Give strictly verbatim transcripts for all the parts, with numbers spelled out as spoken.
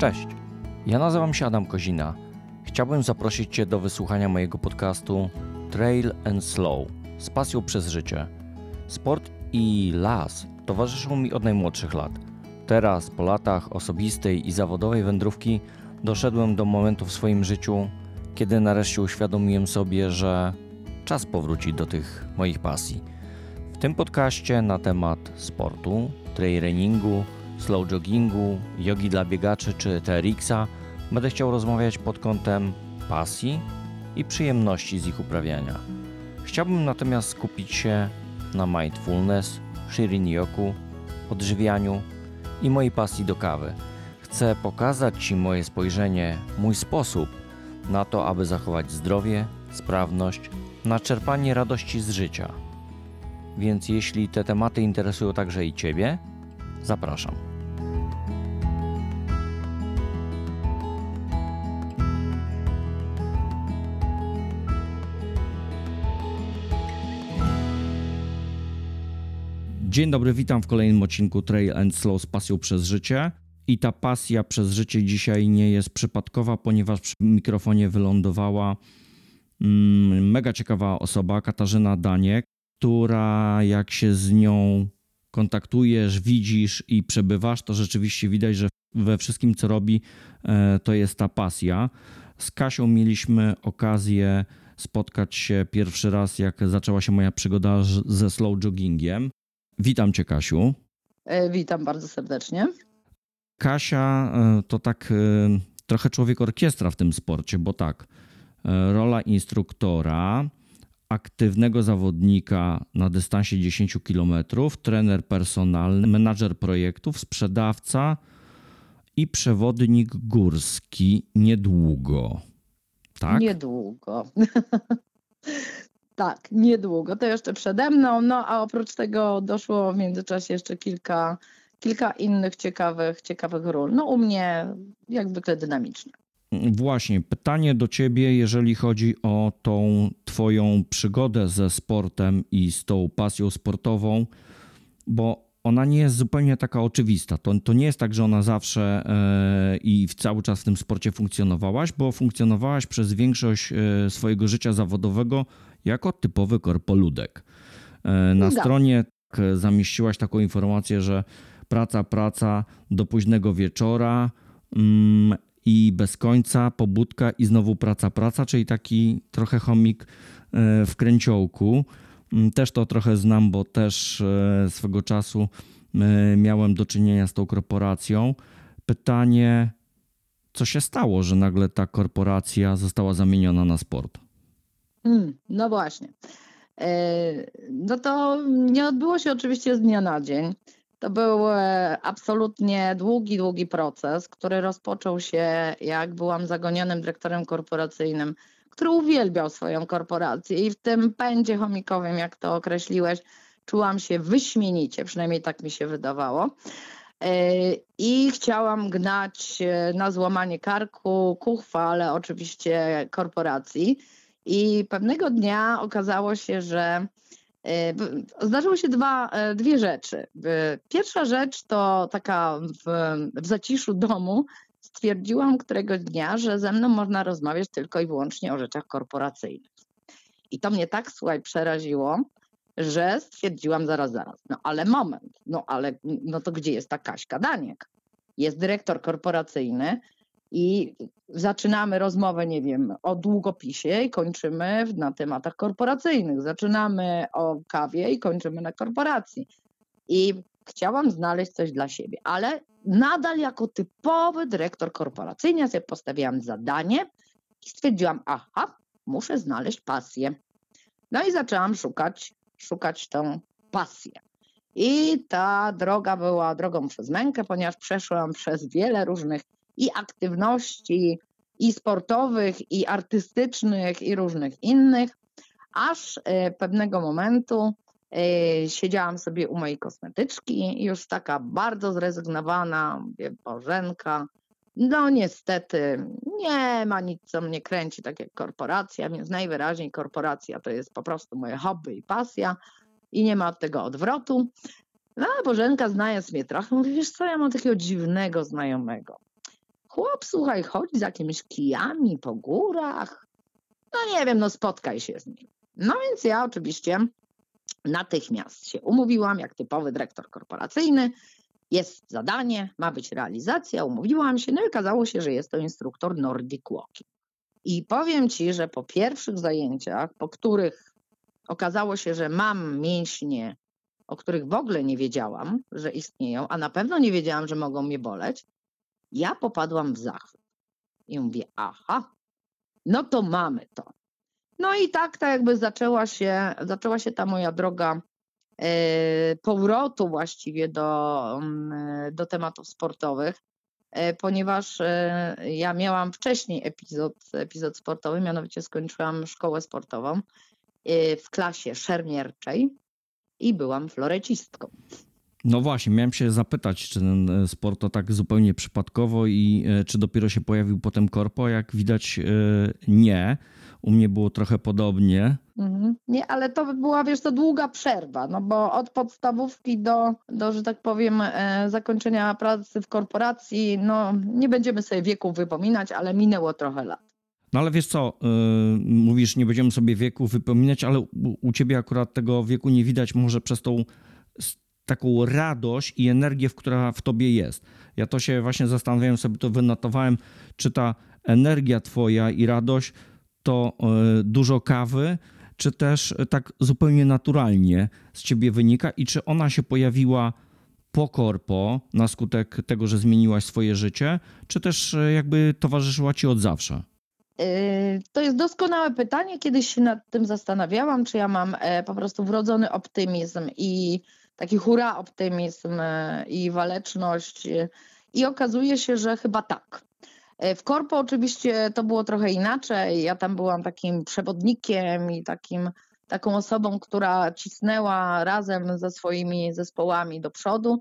Cześć, ja nazywam się Adam Kozina. Chciałbym zaprosić Cię do wysłuchania mojego podcastu Trail and Slow z pasją przez życie. Sport i las towarzyszą mi od najmłodszych lat. Teraz, po latach osobistej i zawodowej wędrówki, doszedłem do momentu w swoim życiu, kiedy nareszcie uświadomiłem sobie, że czas powrócić do tych moich pasji. W tym podcaście na temat sportu, trail runningu, slow joggingu, jogi dla biegaczy czy T R X-a będę chciał rozmawiać pod kątem pasji i przyjemności z ich uprawiania. Chciałbym natomiast skupić się na mindfulness, shirin-yoku, odżywianiu i mojej pasji do kawy. Chcę pokazać Ci moje spojrzenie, mój sposób na to, aby zachować zdrowie, sprawność, na czerpanie radości z życia. Więc jeśli te tematy interesują także i Ciebie, zapraszam. Dzień dobry, witam w kolejnym odcinku Trail and Slow z pasją przez życie. I ta pasja przez życie dzisiaj nie jest przypadkowa, ponieważ przy mikrofonie wylądowała mm, mega ciekawa osoba, Katarzyna Daniek, która jak się z nią kontaktujesz, widzisz i przebywasz, to rzeczywiście widać, że we wszystkim, co robi, e, to jest ta pasja. Z Kasią mieliśmy okazję spotkać się pierwszy raz, jak zaczęła się moja przygoda z- ze slow joggingiem. Witam Cię, Kasiu. E, Witam bardzo serdecznie. Kasia e, to tak e, trochę człowiek orkiestra w tym sporcie, bo tak, e, rola instruktora, aktywnego zawodnika na dystansie dziesięć kilometrów, trener personalny, menadżer projektów, sprzedawca i przewodnik górski niedługo. Tak? Niedługo. Tak, niedługo. To jeszcze przede mną. No a oprócz tego doszło w międzyczasie jeszcze kilka, kilka innych ciekawych, ciekawych ról. No u mnie jak zwykle dynamicznie. Właśnie, pytanie do Ciebie, jeżeli chodzi o tą Twoją przygodę ze sportem i z tą pasją sportową, bo ona nie jest zupełnie taka oczywista. To, to nie jest tak, że ona zawsze e, i w- cały czas w tym sporcie funkcjonowałaś, bo funkcjonowałaś przez większość e, swojego życia zawodowego jako typowy korpoludek. E, na Zgadza. stronie tak, e, zamieściłaś taką informację, że praca, praca do późnego wieczora mm, i bez końca, pobudka i znowu praca, praca, czyli taki trochę chomik e, w kręciołku. Mm, Też to trochę znam, bo też e, swego czasu e, miałem do czynienia z tą korporacją. Pytanie, co się stało, że nagle ta korporacja została zamieniona na sport? Mm, no właśnie. E, No to nie odbyło się oczywiście z dnia na dzień. To był e, absolutnie długi, długi proces, który rozpoczął się, jak byłam zagonionym dyrektorem korporacyjnym, który uwielbiał swoją korporację i w tym pędzie chomikowym, jak to określiłeś, czułam się wyśmienicie, przynajmniej tak mi się wydawało. E, I chciałam gnać e, na złamanie karku ku chwale oczywiście korporacji. I pewnego dnia okazało się, że e, b- zdarzyły się dwa, e, dwie rzeczy. E, Pierwsza rzecz to taka w, w zaciszu domu stwierdziłam któregoś dnia, że ze mną można rozmawiać tylko i wyłącznie o rzeczach korporacyjnych. I to mnie tak, słuchaj, przeraziło, że stwierdziłam zaraz, zaraz, no ale moment, no ale no to gdzie jest ta Kaśka Daniek? Jest dyrektor korporacyjny i zaczynamy rozmowę, nie wiem, o długopisie i kończymy w- na tematach korporacyjnych. Zaczynamy o kawie i kończymy na korporacji. I chciałam znaleźć coś dla siebie, ale nadal jako typowy dyrektor korporacyjny ja sobie postawiłam zadanie i stwierdziłam, aha, muszę znaleźć pasję. No i zaczęłam szukać, szukać tą pasję. I ta droga była drogą przez mękę, ponieważ przeszłam przez wiele różnych i aktywności, i sportowych, i artystycznych, i różnych innych, aż e, pewnego momentu e, siedziałam sobie u mojej kosmetyczki, już taka bardzo zrezygnowana, mówię, Bożenka, no niestety nie ma nic, co mnie kręci, tak jak korporacja, więc najwyraźniej korporacja to jest po prostu moje hobby i pasja i nie ma od tego odwrotu. No ale Bożenka, znając mnie trochę, mówi, wiesz co, ja mam takiego dziwnego znajomego. Chłop, słuchaj, chodzi z jakimiś kijami po górach. No nie wiem, no spotkaj się z nim. No więc ja oczywiście natychmiast się umówiłam, jak typowy dyrektor korporacyjny. Jest zadanie, ma być realizacja, umówiłam się, no i okazało się, że jest to instruktor Nordic Walking. I powiem Ci, że po pierwszych zajęciach, po których okazało się, że mam mięśnie, o których w ogóle nie wiedziałam, że istnieją, a na pewno nie wiedziałam, że mogą mnie boleć, ja popadłam w zachwyt. I mówię, aha, no to mamy to. No i tak, tak jakby zaczęła się, zaczęła się ta moja droga e, powrotu właściwie do, mm, do tematów sportowych, e, ponieważ e, ja miałam wcześniej epizod, epizod sportowy, mianowicie skończyłam szkołę sportową e, w klasie szermierczej i byłam florecistką. No właśnie, miałem się zapytać, czy ten sport to tak zupełnie przypadkowo i e, czy dopiero się pojawił potem korpo. Jak widać, e, nie. U mnie było trochę podobnie. Mhm. Nie, ale to była, wiesz, to długa przerwa, no bo od podstawówki do, do że tak powiem, e, zakończenia pracy w korporacji, no nie będziemy sobie wieku wypominać, ale minęło trochę lat. No ale wiesz co, e, mówisz, nie będziemy sobie wieku wypominać, ale u, u ciebie akurat tego wieku nie widać może przez tą s- taką radość i energię, w- która w tobie jest. Ja to się właśnie zastanawiałem, sobie to wynotowałem, czy ta energia twoja i radość to e, dużo kawy, czy też e, tak zupełnie naturalnie z ciebie wynika i czy ona się pojawiła po korpo na skutek tego, że zmieniłaś swoje życie, czy też e, jakby towarzyszyła ci od zawsze? Yy, To jest doskonałe pytanie. Kiedyś się nad tym zastanawiałam, czy ja mam e, po prostu wrodzony optymizm i taki hura optymizm e, i waleczność. e, I okazuje się, że chyba tak. E, W korpo oczywiście to było trochę inaczej. Ja tam byłam takim przewodnikiem i takim, taką osobą, która cisnęła razem ze swoimi zespołami do przodu,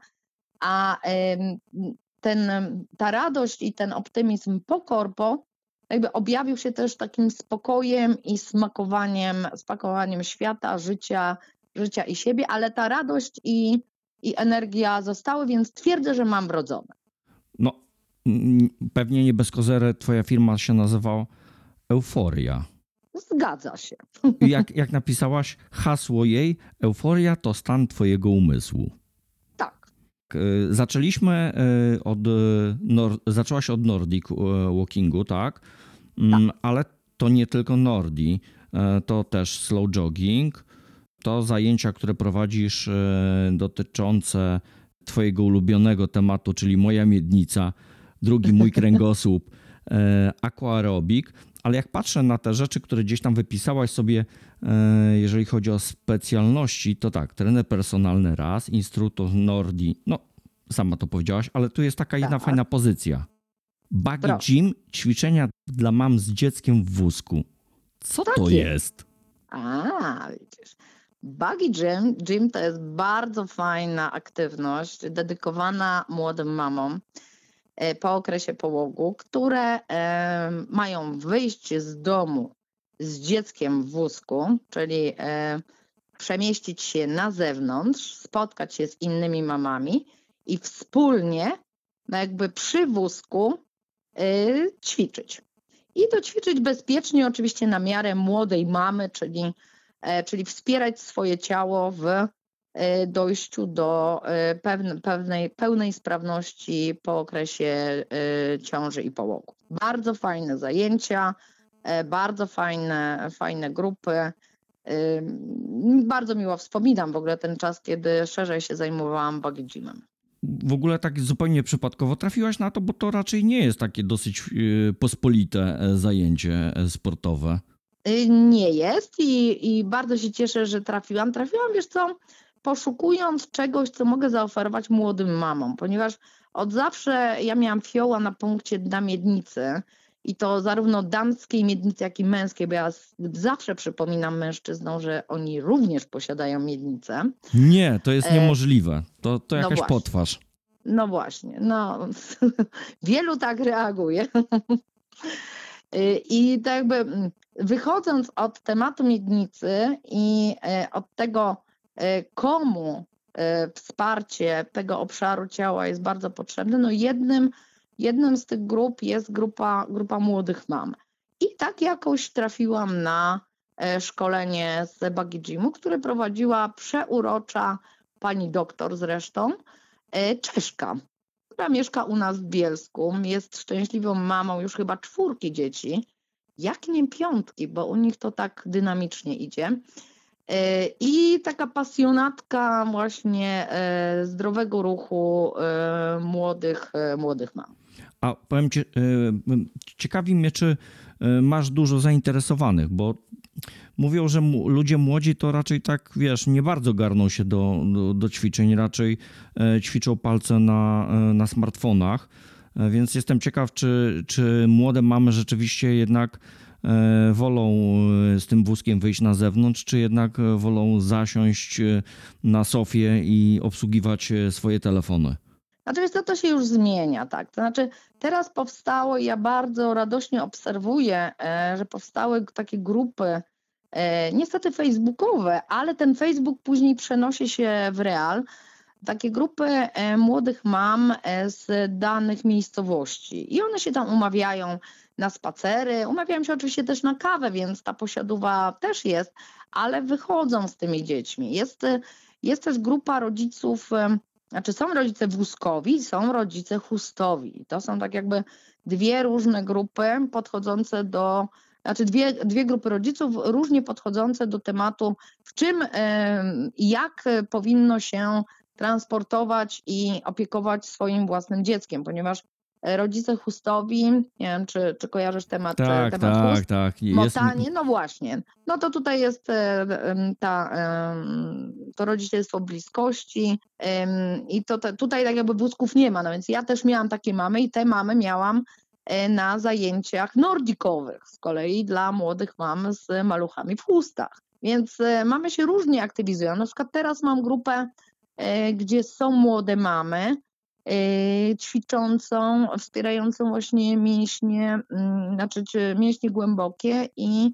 a em, ten, ta radość i ten optymizm po korpo jakby objawił się też takim spokojem i smakowaniem, smakowaniem świata, życia, życia i siebie, ale ta radość i, i energia zostały, więc twierdzę, że mam wrodzone. No, mm, pewnie nie bez kozery twoja firma się nazywała Euforia. Zgadza się. I Jak, jak napisałaś hasło jej, euforia to stan twojego umysłu. Tak. K- Zaczęliśmy e, od, e, nor, zaczęłaś od Nordic e, Walkingu, tak? Mm, Ale to nie tylko Nordi, e, to też slow jogging, to zajęcia, które prowadzisz e, dotyczące twojego ulubionego tematu, czyli moja miednica, drugi mój kręgosłup, e, aquaerobik. Ale jak patrzę na te rzeczy, które gdzieś tam wypisałaś sobie, e, jeżeli chodzi o specjalności, to tak, trener personalny raz, instruktor Nordi, no sama to powiedziałaś, ale tu jest taka jedna Tak. fajna pozycja. Buggy Proszę. Gym, ćwiczenia dla mam z dzieckiem w wózku. Co Tak to jest. jest? A, widzisz. Buggy Gym, gym to jest bardzo fajna aktywność dedykowana młodym mamom e, po okresie połogu, które e, mają wyjść z domu z dzieckiem w wózku, czyli e, przemieścić się na zewnątrz, spotkać się z innymi mamami i wspólnie, no jakby przy wózku e, ćwiczyć. I to ćwiczyć bezpiecznie, oczywiście na miarę młodej mamy, czyli, e, czyli wspierać swoje ciało w e, dojściu do e, pewne, pewnej, pełnej sprawności po okresie e, ciąży i połogu. Bardzo fajne zajęcia, e, bardzo fajne, fajne grupy. E, Bardzo miło wspominam w ogóle ten czas, kiedy szerzej się zajmowałam buggy gymem. W ogóle tak zupełnie przypadkowo trafiłaś na to, bo to raczej nie jest takie dosyć y, pospolite e, zajęcie e, sportowe. Y, Nie jest i, i bardzo się cieszę, że trafiłam. Trafiłam, wiesz co, poszukując czegoś, co mogę zaoferować młodym mamom, ponieważ od zawsze ja miałam fioła na punkcie dna miednicy i to zarówno damskiej miednicy, jak i męskiej, bo ja z- zawsze przypominam mężczyznom, że oni również posiadają miednicę. Nie, to jest E, niemożliwe. To, to no jakaś właśnie. potwarz. No właśnie, no wielu tak reaguje. Y, I tak jakby mm, wychodząc od tematu miednicy i e, od tego, e, komu e, wsparcie tego obszaru ciała jest bardzo potrzebne, no jednym, jednym z tych grup jest grupa, grupa młodych mam. I tak jakoś trafiłam na e, szkolenie z Buggy Gymu, które prowadziła przeurocza pani doktor zresztą, e, Czeszka, która mieszka u nas w Bielsku. Jest szczęśliwą mamą już chyba czwórki dzieci, jak nie piątki, bo u nich to tak dynamicznie idzie. E, I taka pasjonatka właśnie e, zdrowego ruchu e, młodych, e, młodych mam. A powiem ci, y, ciekawi mnie, czy y, masz dużo zainteresowanych, bo mówią, że mu- ludzie młodzi to raczej tak, wiesz, nie bardzo garną się do, do, do ćwiczeń, raczej e, ćwiczą palce na, e, na smartfonach, E, więc jestem ciekaw, czy, czy młode mamy rzeczywiście jednak e, wolą e, z tym wózkiem wyjść na zewnątrz, czy jednak e, wolą zasiąść e, na sofie i obsługiwać e, swoje telefony. Natomiast to, to się już zmienia, tak. To znaczy teraz powstało, i ja bardzo radośnie obserwuję, e, że powstały takie grupy, e, niestety facebookowe, ale ten Facebook później przenosi się w real. Takie grupy e, młodych mam e, z danych miejscowości i one się tam umawiają na spacery, umawiają się oczywiście też na kawę, więc ta posiadówa też jest, ale wychodzą z tymi dziećmi. Jest, e, jest też grupa rodziców, e, znaczy są rodzice wózkowi, są rodzice chustowi. To są tak jakby dwie różne grupy podchodzące do, znaczy dwie, dwie grupy rodziców różnie podchodzące do tematu, w czym em, i jak powinno się transportować i opiekować swoim własnym dzieckiem, ponieważ e, rodzice chustowi, nie wiem, czy, czy kojarzysz temat, e, Tak, temat tak, chust? tak. Jest, Motanie, no właśnie. No to tutaj jest e, em, ta, em, to rodzicielstwo bliskości em, i to, te, tutaj tak jakby wózków nie ma, no więc ja też miałam takie mamy i te mamy miałam e, na zajęciach nordikowych z kolei dla młodych mam z maluchami w chustach. Więc e, mamy się różnie aktywizują. Na przykład teraz mam grupę, e, gdzie są młode mamy, e, ćwiczącą, wspierającą właśnie mięśnie, mm, znaczy czy mięśnie głębokie i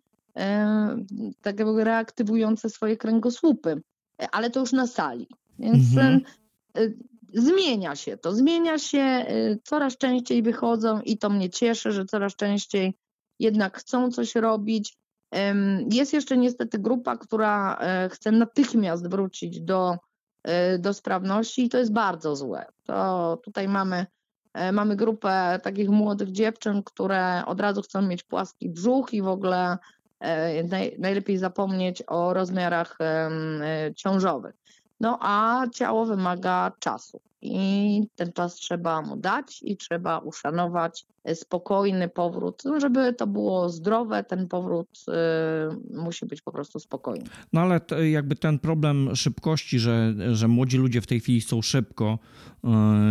e, tak jakby reaktywujące swoje kręgosłupy, e, ale to już na sali. Więc Mhm. e, e, zmienia się to, zmienia się, e, coraz częściej wychodzą i to mnie cieszy, że coraz częściej jednak chcą coś robić. Em, Jest jeszcze niestety grupa, która e, chce natychmiast wrócić do, e, do sprawności i to jest bardzo złe. To tutaj mamy, e, mamy grupę takich młodych dziewczyn, które od razu chcą mieć płaski brzuch i w ogóle e, naj, najlepiej zapomnieć o rozmiarach em, e, ciążowych. No a ciało wymaga czasu i ten czas trzeba mu dać i trzeba uszanować e, spokojny powrót, no, żeby to było zdrowe, ten powrót y, musi być po prostu spokojny. No ale te, jakby ten problem szybkości, że, że młodzi ludzie w tej chwili chcą szybko e,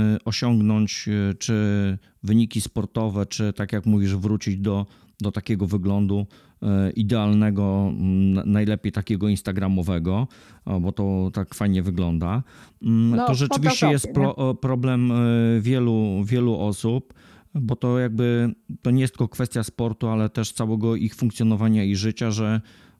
osiągnąć e, czy wyniki sportowe, czy tak jak mówisz, wrócić do, do takiego wyglądu e, idealnego, m, najlepiej takiego instagramowego, o, bo to tak fajnie wygląda. Mm, No, To w rzeczywiście jest Photoshopie, nie? pro, problem e, wielu, wielu osób, bo to jakby to nie jest tylko kwestia sportu, ale też całego ich funkcjonowania i życia, że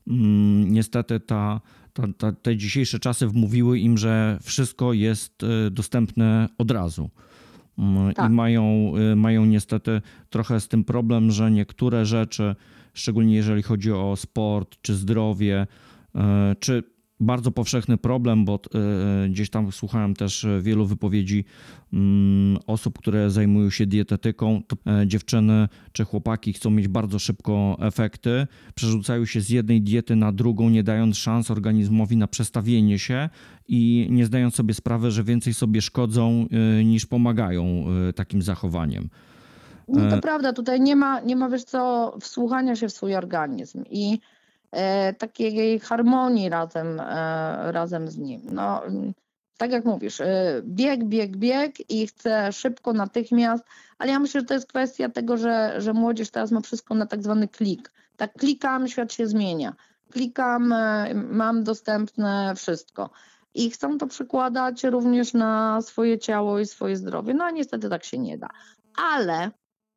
mm, niestety ta, ta, ta, te dzisiejsze czasy wmówiły im, że wszystko jest e, dostępne od razu. Mm, I Tak. mają, e, mają niestety trochę z tym problem, że niektóre rzeczy, szczególnie jeżeli chodzi o sport czy zdrowie, e, czy bardzo powszechny problem, bo e, gdzieś tam słuchałem też wielu wypowiedzi mm, osób, które zajmują się dietetyką. To, e, dziewczyny czy chłopaki chcą mieć bardzo szybko efekty, przerzucają się z jednej diety na drugą, nie dając szans organizmowi na przestawienie się i nie zdając sobie sprawy, że więcej sobie szkodzą e, niż pomagają e, takim zachowaniem. No to E, prawda, tutaj nie ma, nie ma, wiesz co, wsłuchania się w swój organizm i e, takiej harmonii razem, e, razem z nim. No, mm, tak jak mówisz, e, bieg, bieg, bieg i chcę szybko, natychmiast, ale ja myślę, że to jest kwestia tego, że, że młodzież teraz ma wszystko na tak zwany klik. Tak klikam, świat się zmienia. Klikam, e, mam dostępne wszystko. I chcą to przekładać również na swoje ciało i swoje zdrowie. No a niestety tak się nie da. Ale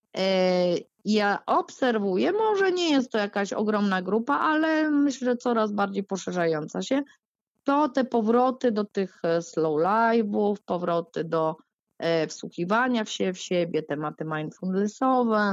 E, ja obserwuję, może nie jest to jakaś ogromna grupa, ale myślę, że coraz bardziej poszerzająca się, to te powroty do tych e, slow live'ów, powroty do e, wsłuchiwania w się w siebie, tematy mindfulnessowe.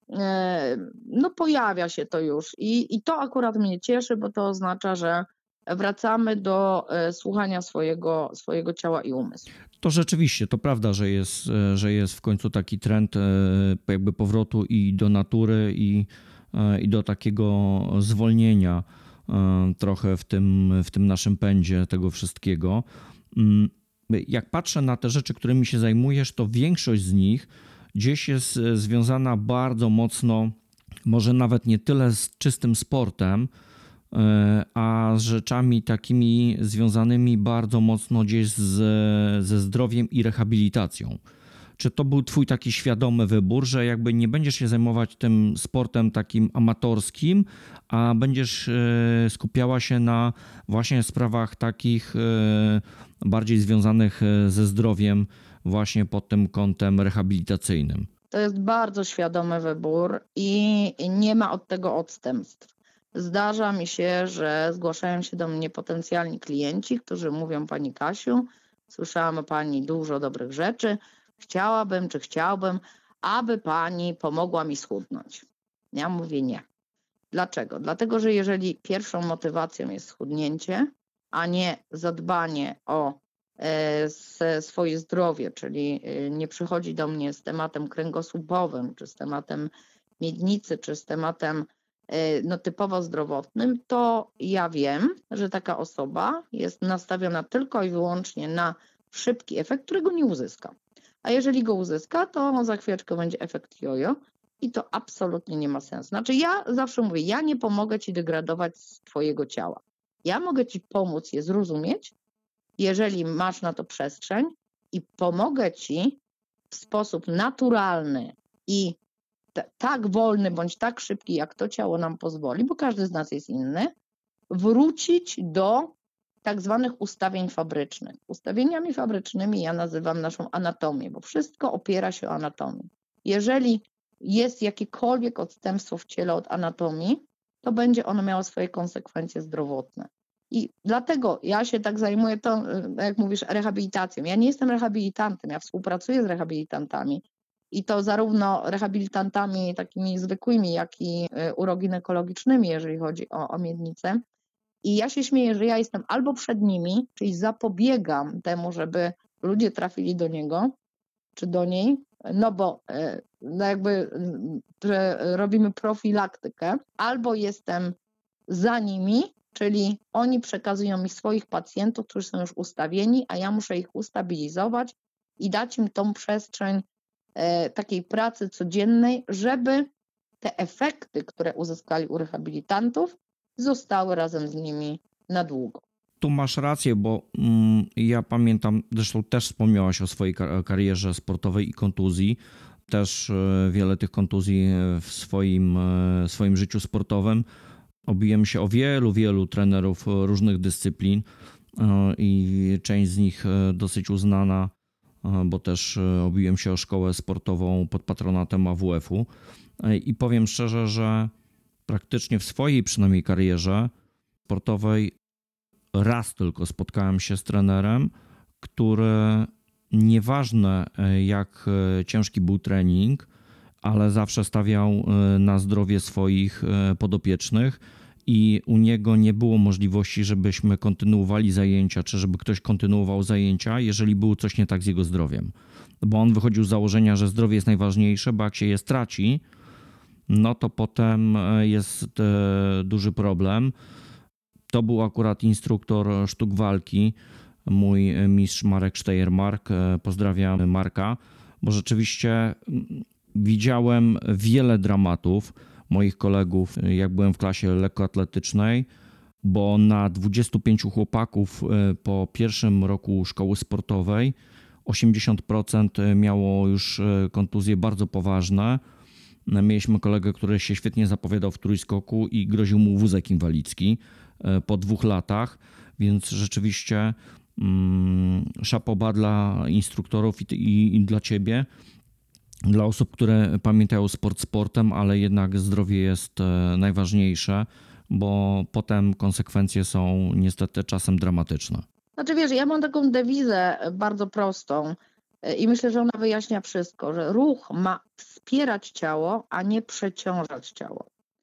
E, No pojawia się to już i, i to akurat mnie cieszy, bo to oznacza, że wracamy do e, słuchania swojego, swojego ciała i umysłu. To rzeczywiście, to prawda, że jest, e, że jest w końcu taki trend e, jakby powrotu i do natury i, e, i do takiego zwolnienia e, trochę w tym, w tym naszym pędzie tego wszystkiego. Mm, Jak patrzę na te rzeczy, którymi się zajmujesz, to większość z nich gdzieś jest e, związana bardzo mocno, może nawet nie tyle z czystym sportem, e, a z rzeczami takimi związanymi bardzo mocno gdzieś z, ze zdrowiem i rehabilitacją. Czy to był twój taki świadomy wybór, że jakby nie będziesz się zajmować tym sportem takim amatorskim, a będziesz e, skupiała się na właśnie sprawach takich e, bardziej związanych e, ze zdrowiem właśnie pod tym kątem rehabilitacyjnym? To jest bardzo świadomy wybór i nie ma od tego odstępstw. Zdarza mi się, że zgłaszają się do mnie potencjalni klienci, którzy mówią: Pani Kasiu, słyszałam o Pani dużo dobrych rzeczy, chciałabym czy chciałbym, aby Pani pomogła mi schudnąć. Ja mówię nie. Dlaczego? Dlatego, że jeżeli pierwszą motywacją jest schudnięcie, a nie zadbanie o e, se- swoje zdrowie, czyli e, nie przychodzi do mnie z tematem kręgosłupowym, czy z tematem miednicy, czy z tematem e, no, typowo zdrowotnym, to ja wiem, że taka osoba jest nastawiona tylko i wyłącznie na szybki efekt, którego nie uzyska. A jeżeli go uzyska, to za chwileczkę będzie efekt jojo i to absolutnie nie ma sensu. Znaczy ja zawsze mówię, ja nie pomogę ci degradować twojego ciała. Ja mogę ci pomóc je zrozumieć, jeżeli masz na to przestrzeń, i pomogę ci w sposób naturalny i t- tak wolny bądź tak szybki, jak to ciało nam pozwoli, bo każdy z nas jest inny, wrócić do tak zwanych ustawień fabrycznych. Ustawieniami fabrycznymi ja nazywam naszą anatomię, bo wszystko opiera się o anatomię. Jeżeli jest jakiekolwiek odstępstwo w ciele od anatomii, to będzie ono miało swoje konsekwencje zdrowotne. I dlatego ja się tak zajmuję, to, jak mówisz, rehabilitacją. Ja nie jestem rehabilitantem, ja współpracuję z rehabilitantami. I to zarówno rehabilitantami takimi zwykłymi, jak i y, uroginekologicznymi, jeżeli chodzi o, o miednicę. I ja się śmieję, że ja jestem albo przed nimi, czyli zapobiegam temu, żeby ludzie trafili do niego czy do niej, no bo e, no jakby mm, że robimy profilaktykę, albo jestem za nimi, czyli oni przekazują mi swoich pacjentów, którzy są już ustawieni, a ja muszę ich ustabilizować i dać im tą przestrzeń e, takiej pracy codziennej, żeby te efekty, które uzyskali u rehabilitantów, zostały razem z nimi na długo. Tu masz rację, bo mm, ja pamiętam, zresztą też wspomniałaś o swojej kar- karierze sportowej i kontuzji. Też e, wiele tych kontuzji w swoim, e, swoim życiu sportowym. Obiłem się o wielu, wielu trenerów różnych dyscyplin e, i część z nich e, dosyć uznana, e, bo też e, obiłem się o szkołę sportową pod patronatem A W F-u. E, I powiem szczerze, że praktycznie w swojej przynajmniej karierze sportowej raz tylko spotkałem się z trenerem, który nieważne jak ciężki był trening, ale zawsze stawiał na zdrowie swoich podopiecznych i u niego nie było możliwości, żebyśmy kontynuowali zajęcia, czy żeby ktoś kontynuował zajęcia, jeżeli było coś nie tak z jego zdrowiem. Bo on wychodził z założenia, że zdrowie jest najważniejsze, bo jak się je straci, no to potem jest duży problem. To był akurat instruktor sztuk walki, mój mistrz Marek Steiermark. Pozdrawiam Marka, bo rzeczywiście widziałem wiele dramatów moich kolegów, jak byłem w klasie lekkoatletycznej, bo na dwudziestu pięciu chłopaków po pierwszym roku szkoły sportowej osiemdziesiąt procent miało już kontuzje bardzo poważne. Mieliśmy kolegę, który się świetnie zapowiadał w trójskoku i groził mu wózek inwalidzki po dwóch latach, więc rzeczywiście szapoba dla instruktorów i, i, i dla ciebie, dla osób, które pamiętają sport sportem, ale jednak zdrowie jest najważniejsze, bo potem konsekwencje są niestety czasem dramatyczne. Znaczy wiesz, ja mam taką dewizę bardzo prostą. E, I myślę, że ona wyjaśnia wszystko, że ruch ma wspierać ciało, a nie przeciążać ciało.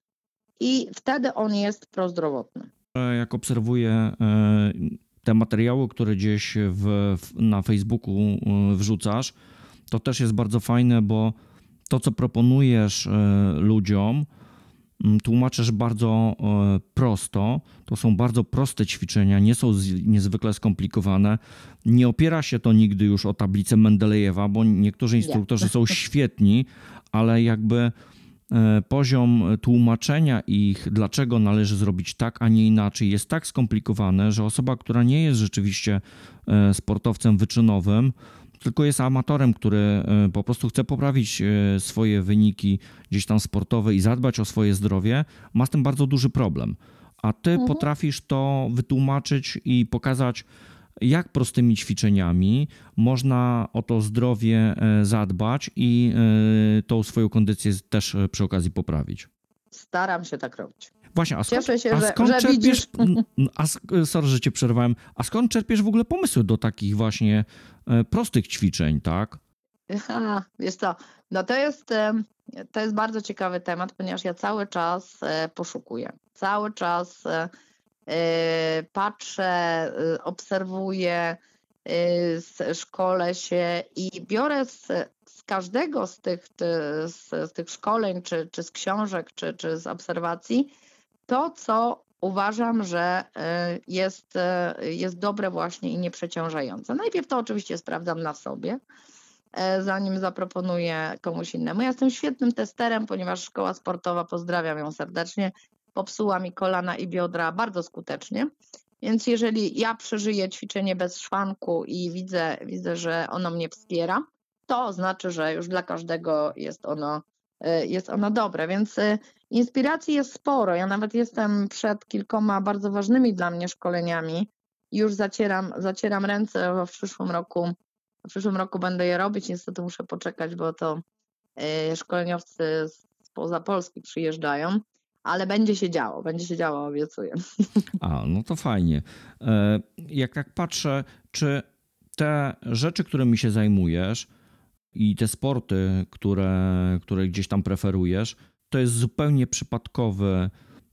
I wtedy on jest prozdrowotny. E, Jak obserwuję e, te materiały, które gdzieś w, w, na Facebooku e, wrzucasz, to też jest bardzo fajne, bo to, co proponujesz e, ludziom, m, tłumaczysz bardzo e, prosto. To są bardzo proste ćwiczenia, nie są z, niezwykle skomplikowane. Nie opiera się to nigdy już o tablicę Mendelejewa, bo niektórzy instruktorzy są świetni, ale jakby e, poziom tłumaczenia ich, dlaczego należy zrobić tak, a nie inaczej, jest tak skomplikowany, że osoba, która nie jest rzeczywiście e, sportowcem wyczynowym, tylko jest amatorem, który e, po prostu chce poprawić e, swoje wyniki gdzieś tam sportowe i zadbać o swoje zdrowie, ma z tym bardzo duży problem. A ty Mhm. potrafisz to wytłumaczyć i pokazać, jak prostymi ćwiczeniami można o to zdrowie e, zadbać i e, tą swoją kondycję też e, przy okazji poprawić. Staram się tak robić. Właśnie, a skąd, Cieszę się, a że- skąd że czerpiesz, widzisz. n- n- a sk- sorry, że cię przerwałem, a skąd czerpiesz w ogóle pomysły do takich właśnie e, prostych ćwiczeń, tak? Aha, wiesz co, no to jest, em, to jest bardzo ciekawy temat, ponieważ ja cały czas e, poszukuję. Cały czas e, e, patrzę, e, obserwuję, e, s- szkolę się i biorę z, z każdego z tych, ty- z, z tych szkoleń, czy, czy z książek, czy, czy z obserwacji, to, co uważam, że e, jest, e, jest dobre właśnie i nieprzeciążające. Najpierw to oczywiście sprawdzam na sobie, e, zanim zaproponuję komuś innemu. Ja jestem świetnym testerem, ponieważ szkoła sportowa, pozdrawiam ją serdecznie, popsuła mi kolana i biodra bardzo skutecznie. Więc jeżeli ja przeżyję ćwiczenie bez szwanku i widzę, widzę, że ono mnie wspiera, to znaczy, że już dla każdego jest ono, e, jest ono dobre. Więc e, inspiracji jest sporo. Ja nawet jestem przed kilkoma bardzo ważnymi dla mnie szkoleniami. Już zacieram, zacieram ręce, bo w przyszłym roku w przyszłym roku będę je robić. Niestety muszę poczekać, bo to e, szkoleniowcy spoza Polski przyjeżdżają, ale będzie się działo, będzie się działo, obiecuję. A, no to fajnie. E, Jak tak patrzę, czy te rzeczy, którymi się zajmujesz i te sporty, które, które gdzieś tam preferujesz, to jest zupełnie przypadkowy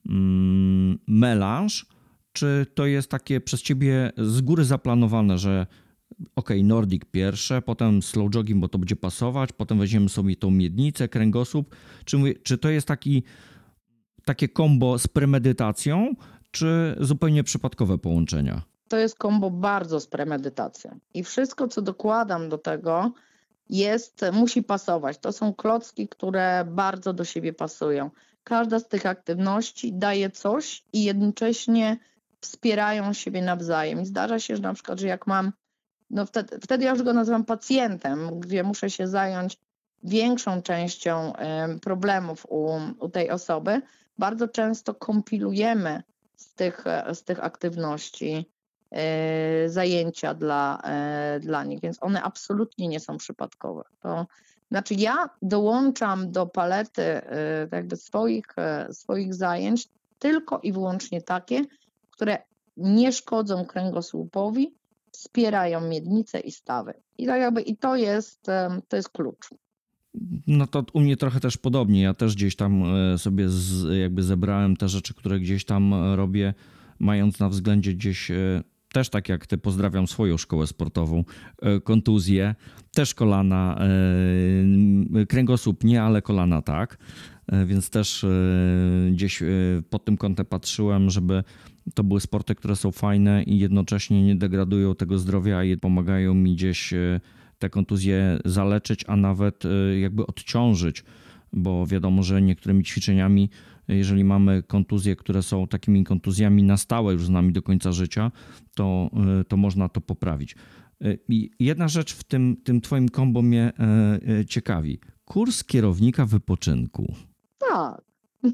mm, melanż, czy to jest takie przez ciebie z góry zaplanowane, że okej, okay, Nordic pierwsze, potem slow jogging, bo to będzie pasować, potem weźmiemy sobie tą miednicę, kręgosłup. Czy, mówię- czy to jest taki, takie kombo z premedytacją, czy zupełnie przypadkowe połączenia? To jest kombo bardzo z premedytacją i wszystko, co dokładam do tego, jest, musi pasować. To są klocki, które bardzo do siebie pasują. Każda z tych aktywności daje coś i jednocześnie wspierają siebie nawzajem. I zdarza się, że na przykład, że jak mam, no wtedy, wtedy ja już go nazywam pacjentem, gdzie muszę się zająć większą częścią em, problemów u, u tej osoby. Bardzo często kompilujemy z tych, z tych aktywności e, zajęcia dla, e, dla nich, więc one absolutnie nie są przypadkowe. To znaczy ja dołączam do palety e, jakby swoich, e, swoich zajęć tylko i wyłącznie takie, które nie szkodzą kręgosłupowi, wspierają miednicę i stawy. I tak jakby i to jest, em, to jest klucz. No to u mnie trochę też podobnie. Ja też gdzieś tam e, sobie z, jakby zebrałem te rzeczy, które gdzieś tam e, robię, mając na względzie gdzieś e, też tak jak ty, pozdrawiam swoją szkołę sportową, e, kontuzję, też kolana, e, kręgosłup nie, ale kolana tak. E, Więc też e, gdzieś e, pod tym kątem patrzyłem, żeby to były sporty, które są fajne i jednocześnie nie degradują tego zdrowia i pomagają mi gdzieś e, te kontuzje zaleczyć, a nawet e, jakby odciążyć, bo wiadomo, że niektórymi ćwiczeniami, jeżeli mamy kontuzje, które są takimi kontuzjami na stałe już z nami do końca życia, to, e, to można to poprawić. E, I jedna rzecz w tym, tym twoim kombo mnie e, e, ciekawi. Kurs kierownika wypoczynku. Tak.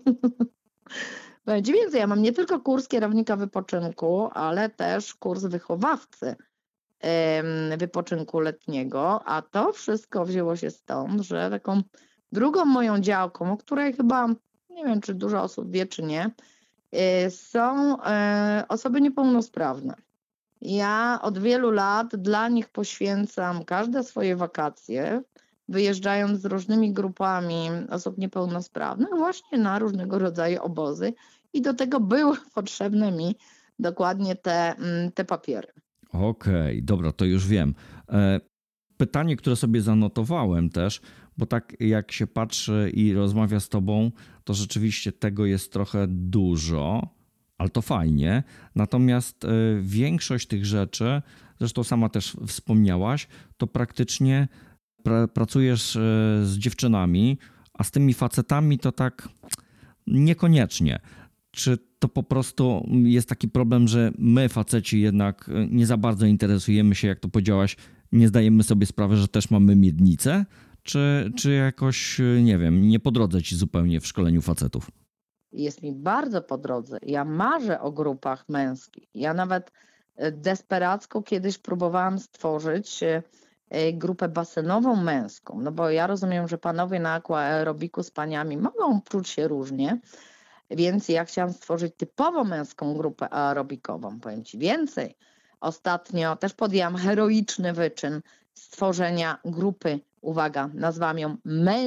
Będzie więcej. Ja mam nie tylko kurs kierownika wypoczynku, ale też kurs wychowawcy em, wypoczynku letniego, a to wszystko wzięło się stąd, że taką drugą moją działką, o której chyba nie wiem, czy dużo osób wie, czy nie, y, są e, osoby niepełnosprawne. Ja od wielu lat dla nich poświęcam każde swoje wakacje, wyjeżdżając z różnymi grupami osób niepełnosprawnych właśnie na różnego rodzaju obozy i do tego były potrzebne mi dokładnie te, mm, te papiery. Okej, dobra, to już wiem. E, Pytanie, które sobie zanotowałem też, bo tak jak się patrzy i rozmawia z tobą, to rzeczywiście tego jest trochę dużo, ale to fajnie. Natomiast e, większość tych rzeczy, zresztą sama też wspomniałaś, to praktycznie pra, pracujesz e, z dziewczynami, a z tymi facetami to tak niekoniecznie. Czy to po prostu jest taki problem, że my, faceci, jednak nie za bardzo interesujemy się, jak to powiedziałaś, nie zdajemy sobie sprawy, że też mamy miednicę? Czy, czy jakoś, nie wiem, nie po drodze ci zupełnie w szkoleniu facetów? Jest mi bardzo po drodze. Ja marzę o grupach męskich. Ja nawet e, desperacko kiedyś próbowałam stworzyć e, e, grupę basenową męską, no bo ja rozumiem, że panowie na aquaerobiku z paniami mogą czuć się różnie, więc ja chciałam stworzyć typowo męską grupę aerobikową. Powiem ci więcej. Ostatnio też podjęłam heroiczny wyczyn stworzenia grupy, uwaga, nazwałam ją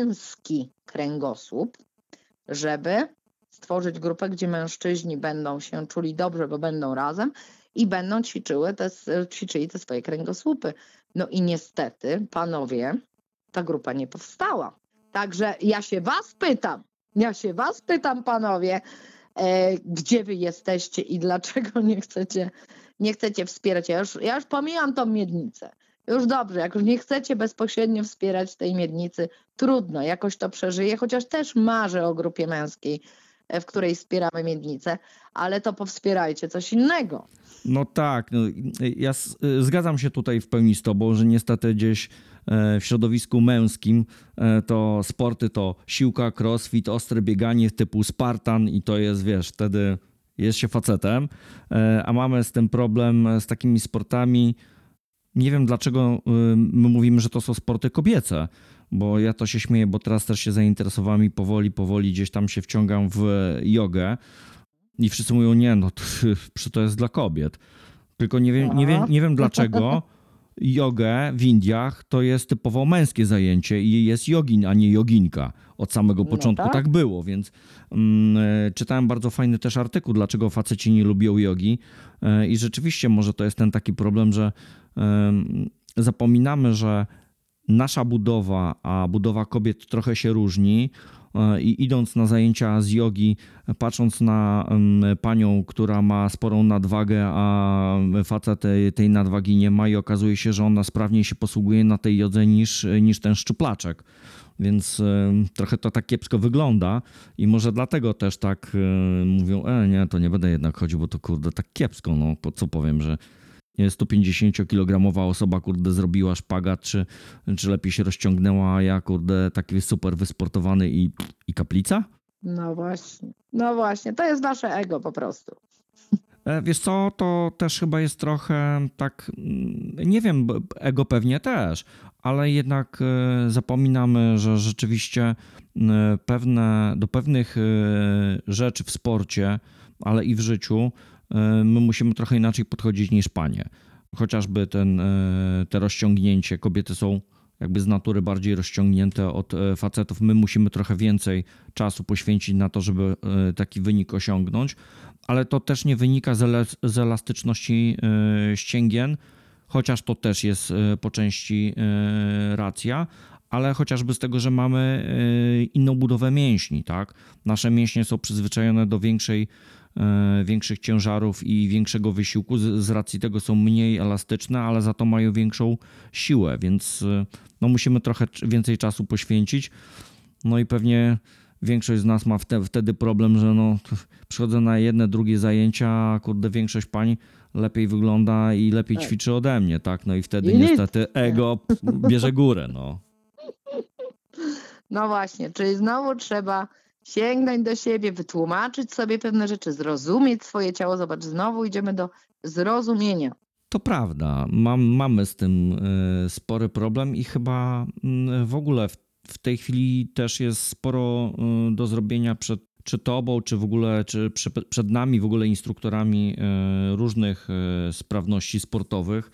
męski kręgosłup, żeby stworzyć grupę, gdzie mężczyźni będą się czuli dobrze, bo będą razem i będą ćwiczyły te, ćwiczyli te swoje kręgosłupy. No i niestety, panowie, ta grupa nie powstała. Także ja się was pytam, ja się was pytam, panowie, e, gdzie wy jesteście i dlaczego nie chcecie, nie chcecie wspierać. Ja już, ja już pomijam tą miednicę. Już dobrze, jak już nie chcecie bezpośrednio wspierać tej miednicy, trudno, jakoś to przeżyję, chociaż też marzę o grupie męskiej, w której wspieramy miednicę, ale to powspierajcie coś innego. No tak, no, ja s- zgadzam się tutaj w pełni z tobą, że niestety gdzieś e, w środowisku męskim e, to sporty to siłka, crossfit, ostre bieganie typu Spartan i to jest, wiesz, wtedy jest się facetem, e, a mamy z tym problem z takimi sportami. Nie wiem dlaczego y, my mówimy, że to są sporty kobiece, bo ja to się śmieję, bo teraz też się zainteresowałem i powoli, powoli gdzieś tam się wciągam w jogę i wszyscy mówią, nie, no to, to jest dla kobiet. Tylko nie wiem, nie wiem, Aha. nie wiem dlaczego jogę w Indiach to jest typowo męskie zajęcie i jest jogin, a nie joginka. Od samego No początku tak. tak było, więc mm, e, czytałem bardzo fajny też artykuł, dlaczego faceci nie lubią jogi. E, I rzeczywiście może to jest ten taki problem, że em, zapominamy, że nasza budowa, a budowa kobiet trochę się różni. E, I idąc na zajęcia z jogi, patrząc na em, panią, która ma sporą nadwagę, a facet tej, tej nadwagi nie ma i okazuje się, że ona sprawniej się posługuje na tej jodze niż, niż ten szczuplaczek. Więc em, trochę to tak kiepsko wygląda i może dlatego też tak e, mówią, e nie, to nie będę jednak chodził, bo to kurde tak kiepsko, no po co powiem, że nie, sto pięćdziesięciokilogramowa osoba, kurde, zrobiła szpagat, czy, czy lepiej się rozciągnęła, a ja, kurde, taki super wysportowany i, i kaplica? No właśnie, no właśnie, to jest wasze ego po prostu. E, Wiesz co, to też chyba jest trochę tak, mm, nie wiem, b- ego pewnie też, ale jednak e, zapominamy, że rzeczywiście e, pewne, do pewnych e, rzeczy w sporcie, ale i w życiu e, my musimy trochę inaczej podchodzić niż panie. Chociażby ten, e, te rozciągnięcie, kobiety są jakby z natury bardziej rozciągnięte od e, facetów. My musimy trochę więcej czasu poświęcić na to, żeby e, taki wynik osiągnąć, ale to też nie wynika z, ele- z elastyczności e, ścięgien, chociaż to też jest e, po części e, racja, ale chociażby z tego, że mamy e, inną budowę mięśni, tak? Nasze mięśnie są przyzwyczajone do większej, e, większych ciężarów i większego wysiłku, z, z racji tego są mniej elastyczne, ale za to mają większą siłę, więc e, no musimy trochę c- więcej czasu poświęcić. No i pewnie większość z nas ma wte, wtedy problem, że no, przychodzę na jedne, drugie zajęcia, a kurde, większość pań lepiej wygląda i lepiej Tak. ćwiczy ode mnie, tak? No i wtedy I nic. niestety ego bierze górę, no. No właśnie, czyli znowu trzeba sięgnąć do siebie, wytłumaczyć sobie pewne rzeczy, zrozumieć swoje ciało. Zobacz, znowu idziemy do zrozumienia. To prawda, mam, mamy z tym y, spory problem i chyba y, w ogóle w, w tej chwili też jest sporo y, do zrobienia przed czy tobą, czy w ogóle, czy przy, przed nami w ogóle instruktorami e, różnych e, sprawności sportowych,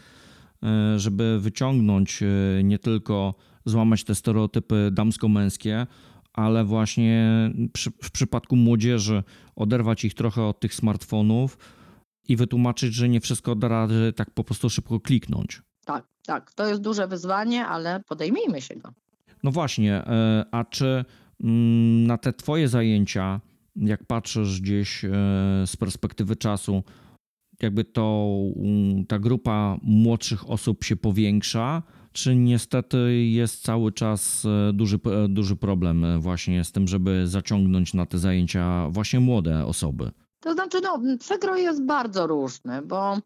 e, żeby wyciągnąć e, nie tylko złamać te stereotypy damsko-męskie, ale właśnie przy, w przypadku młodzieży oderwać ich trochę od tych smartfonów i wytłumaczyć, że nie wszystko da rady tak po prostu szybko kliknąć. Tak, tak. To jest duże wyzwanie, ale podejmijmy się go. No właśnie, e, a czy mm, na te twoje zajęcia, jak patrzysz gdzieś e, z perspektywy czasu, jakby to mm, ta grupa młodszych osób się powiększa, czy niestety jest cały czas e, duży, e, duży problem e, właśnie z tym, żeby zaciągnąć na te zajęcia właśnie młode osoby? To znaczy, no, przekrój jest bardzo różny, bo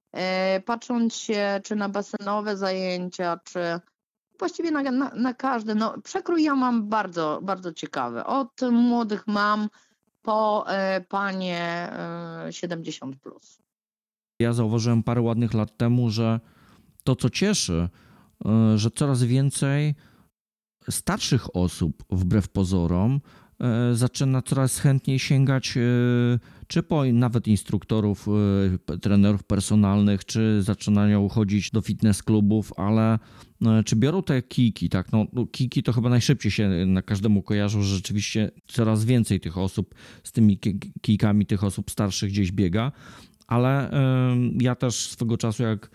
e, patrząc się czy na basenowe zajęcia, czy właściwie na, na, na każde, no, przekrój ja mam bardzo, bardzo ciekawy. Od młodych mam po e, panie e, siedemdziesiąt plus. Ja zauważyłem parę ładnych lat temu, że to, co cieszy, e, że coraz więcej starszych osób, wbrew pozorom, e, zaczyna coraz chętniej sięgać, e, czy po nawet instruktorów, e, trenerów personalnych, czy zaczynają chodzić do fitness klubów, ale e, czy biorą te kijki, tak? No, no, kijki to chyba najszybciej się na każdemu kojarzą, że rzeczywiście coraz więcej tych osób z tymi ki- kijkami, tych osób starszych gdzieś biega, ale e, ja też swego czasu, jak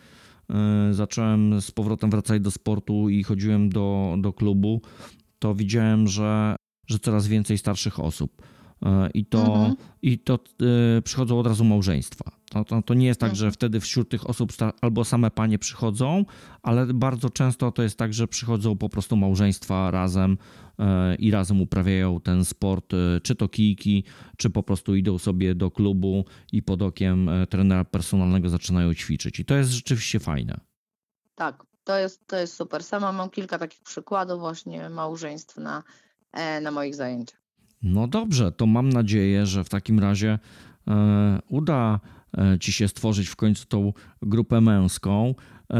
e, zacząłem z powrotem wracać do sportu i chodziłem do, do klubu, to widziałem, że, że coraz więcej starszych osób. E, I to, Mhm. i to e, przychodzą od razu małżeństwa. To, to, to nie jest tak, że Mhm. wtedy wśród tych osób sta- albo same panie przychodzą, ale bardzo często to jest tak, że przychodzą po prostu małżeństwa razem e, i razem uprawiają ten sport, e, czy to kijki, czy po prostu idą sobie do klubu i pod okiem e, trenera personalnego zaczynają ćwiczyć. I to jest rzeczywiście fajne. Tak, to jest, to jest super. Sama mam kilka takich przykładów właśnie małżeństw na, e, na moich zajęciach. No dobrze, to mam nadzieję, że w takim razie e, uda e, ci się stworzyć w końcu tą grupę męską. E,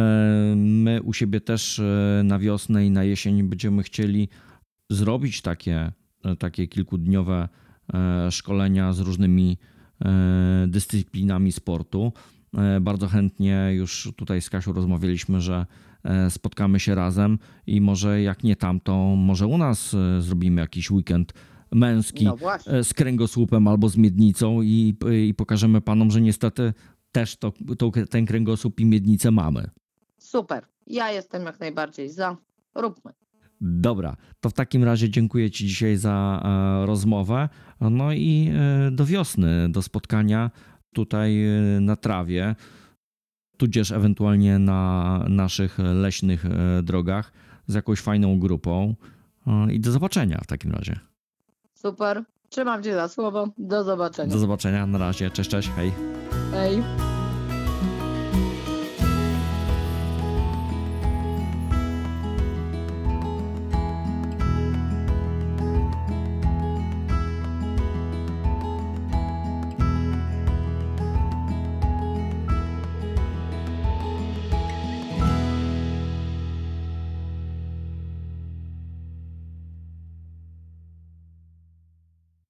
my u siebie też e, na wiosnę i na jesień będziemy chcieli zrobić takie, e, takie kilkudniowe e, szkolenia z różnymi e, dyscyplinami sportu. E, Bardzo chętnie już tutaj z Kasią rozmawialiśmy, że e, spotkamy się razem i może jak nie tam, to może u nas e, zrobimy jakiś weekend męski No właśnie. e, z kręgosłupem albo z miednicą i, i pokażemy panom, że niestety też to, to, ten kręgosłup i miednicę mamy. Super. Ja jestem jak najbardziej za. Róbmy. Dobra, to w takim razie dziękuję ci dzisiaj za e, rozmowę. No i e, do wiosny, do spotkania tutaj e, na trawie, tudzież ewentualnie na naszych leśnych e, drogach z jakąś fajną grupą. E, I do zobaczenia w takim razie. Super. Trzymam cię za słowo. Do zobaczenia. Do zobaczenia, na razie, cześć, cześć, hej. Hej.